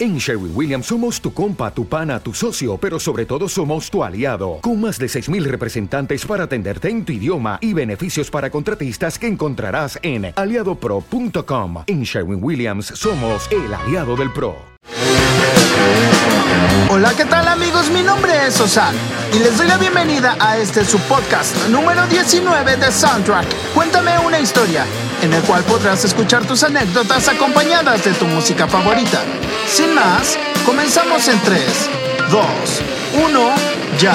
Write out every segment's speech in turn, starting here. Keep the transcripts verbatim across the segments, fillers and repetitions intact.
En Sherwin-Williams somos tu compa, tu pana, tu socio, pero sobre todo somos tu aliado, con más de seis mil representantes para atenderte en tu idioma y beneficios para contratistas que encontrarás en aliado pro punto com. En Sherwin-Williams somos el aliado del pro. Hola, ¿qué tal, amigos? Mi nombre es Osan y les doy la bienvenida a este su podcast número diecinueve de Soundtrack. Cuéntame una historia, en el cual podrás escuchar tus anécdotas acompañadas de tu música favorita. Sin más, comenzamos en tres, dos, uno, ya.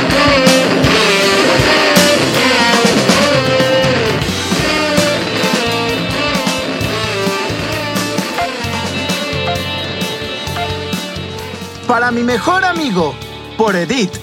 Para mi mejor amigo, por Edith.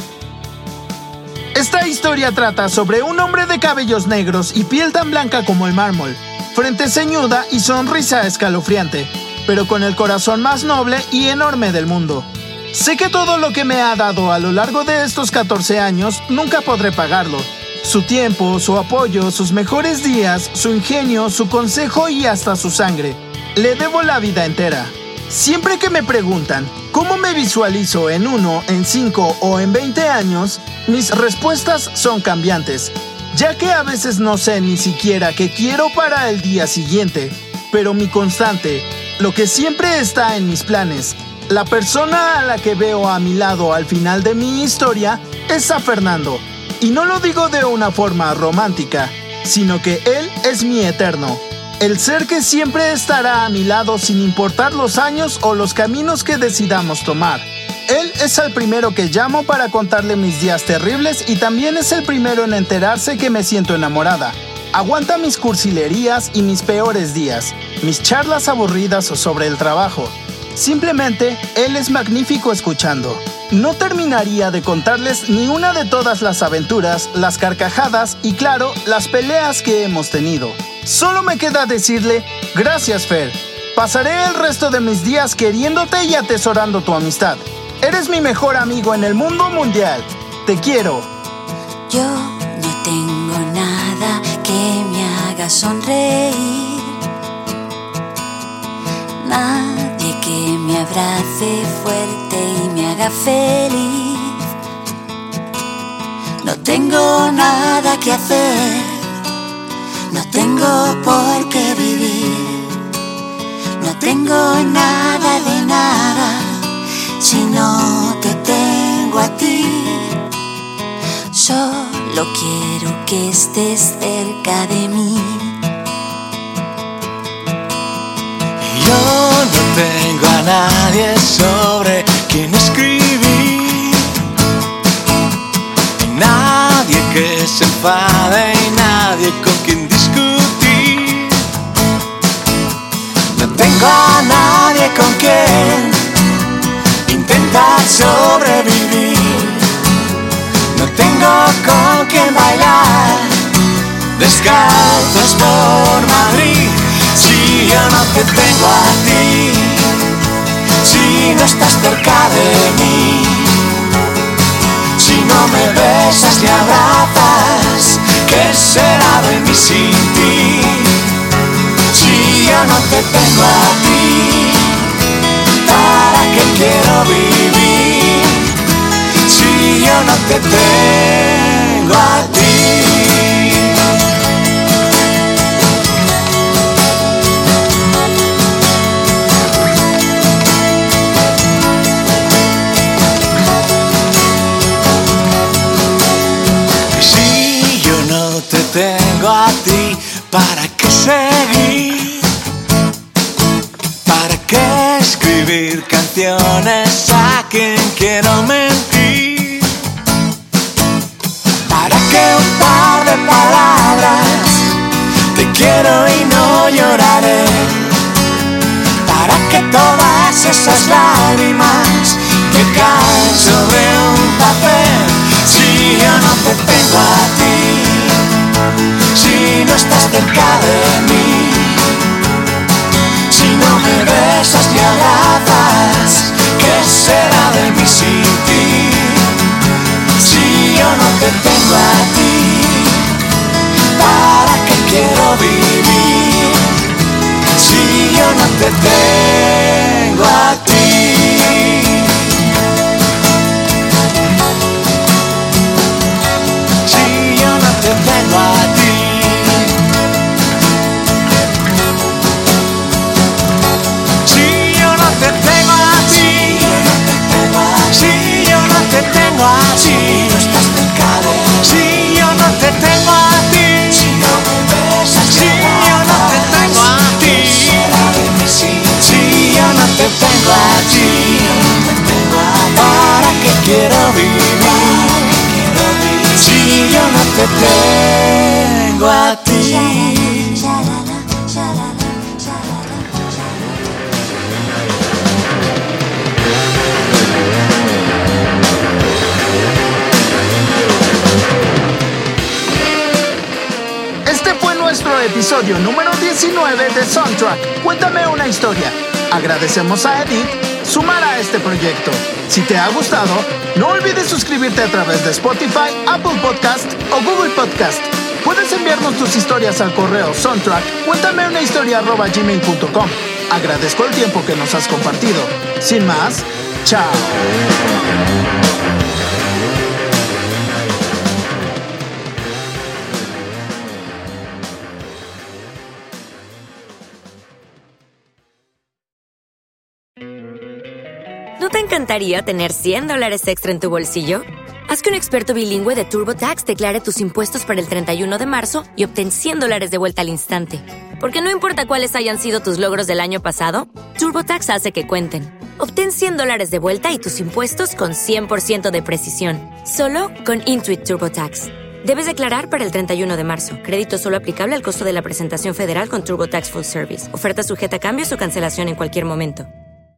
Esta historia trata sobre un hombre de cabellos negros y piel tan blanca como el mármol, frente ceñuda y sonrisa escalofriante, pero con el corazón más noble y enorme del mundo. Sé que todo lo que me ha dado a lo largo de estos catorce años nunca podré pagarlo. Su tiempo, su apoyo, sus mejores días, su ingenio, su consejo y hasta su sangre. Le debo la vida entera. Siempre que me preguntan cómo me visualizo en uno, en cinco o en veinte años, mis respuestas son cambiantes, ya que a veces no sé ni siquiera qué quiero para el día siguiente, pero mi constante, lo que siempre está en mis planes, la persona a la que veo a mi lado al final de mi historia, es a Fernando. Y no lo digo de una forma romántica, sino que él es mi eterno. El ser que siempre estará a mi lado sin importar los años o los caminos que decidamos tomar. Él es el primero que llamo para contarle mis días terribles y también es el primero en enterarse que me siento enamorada. Aguanta mis cursilerías y mis peores días, mis charlas aburridas sobre el trabajo. Simplemente, él es magnífico escuchando. No terminaría de contarles ni una de todas las aventuras, las carcajadas y, claro, las peleas que hemos tenido. Solo me queda decirle, gracias, Fer. Pasaré el resto de mis días queriéndote y atesorando tu amistad. Eres mi mejor amigo en el mundo mundial. Te quiero. Yo no tengo nada que me haga sonreír. Nadie que me abrace fuerte y me haga feliz. No tengo nada que hacer. No tengo por qué vivir, no tengo nada de nada, si no te tengo a ti. Solo quiero que estés cerca de mí. Yo no tengo a nadie sobre quien escribir, nadie que se enfade y nadie con quien discutir. No tengo a nadie con quien intentar sobrevivir. No tengo con quien bailar descalzos por Madrid. Si yo no te tengo a ti, si no estás cerca de mí, si no me besas ni abrazas, ¿qué será de mí sin ti? Si yo no te tengo a ti, ¿para qué quiero vivir? Si yo no te tengo a ti. Tengo a ti, ¿para qué seguir? ¿Para qué escribir canciones a quien quiero mentir? ¿Para qué un par de palabras? Te quiero y no lloraré. ¿Para qué todas esas lágrimas que caen sobre un papel? Si yo no te tengo a ti, si no estás cerca de mí, si no me besas ni abrazas, ¿qué será de mí sin ti? Si yo no te tengo a ti, ¿para qué quiero vivir? Si yo no te tengo a ti. episodio número diecinueve de Soundtrack. Cuéntame una historia. Agradecemos a Edith sumar a este proyecto. Si te ha gustado, no olvides suscribirte a través de Spotify, Apple Podcast o Google Podcast. Puedes enviarnos tus historias al correo soundtrack cuéntame una historia arroba gmail punto com. Agradezco el tiempo que nos has compartido. Sin más, chao. ¿No te encantaría tener cien dólares extra en tu bolsillo? Haz que un experto bilingüe de TurboTax declare tus impuestos para el treinta y uno de marzo y obtén cien dólares de vuelta al instante. Porque no importa cuáles hayan sido tus logros del año pasado, TurboTax hace que cuenten. Obtén cien dólares de vuelta y tus impuestos con cien por ciento de precisión. Solo con Intuit TurboTax. Debes declarar para el treinta y uno de marzo. Crédito solo aplicable al costo de la presentación federal con TurboTax Full Service. Oferta sujeta a cambios o cancelación en cualquier momento.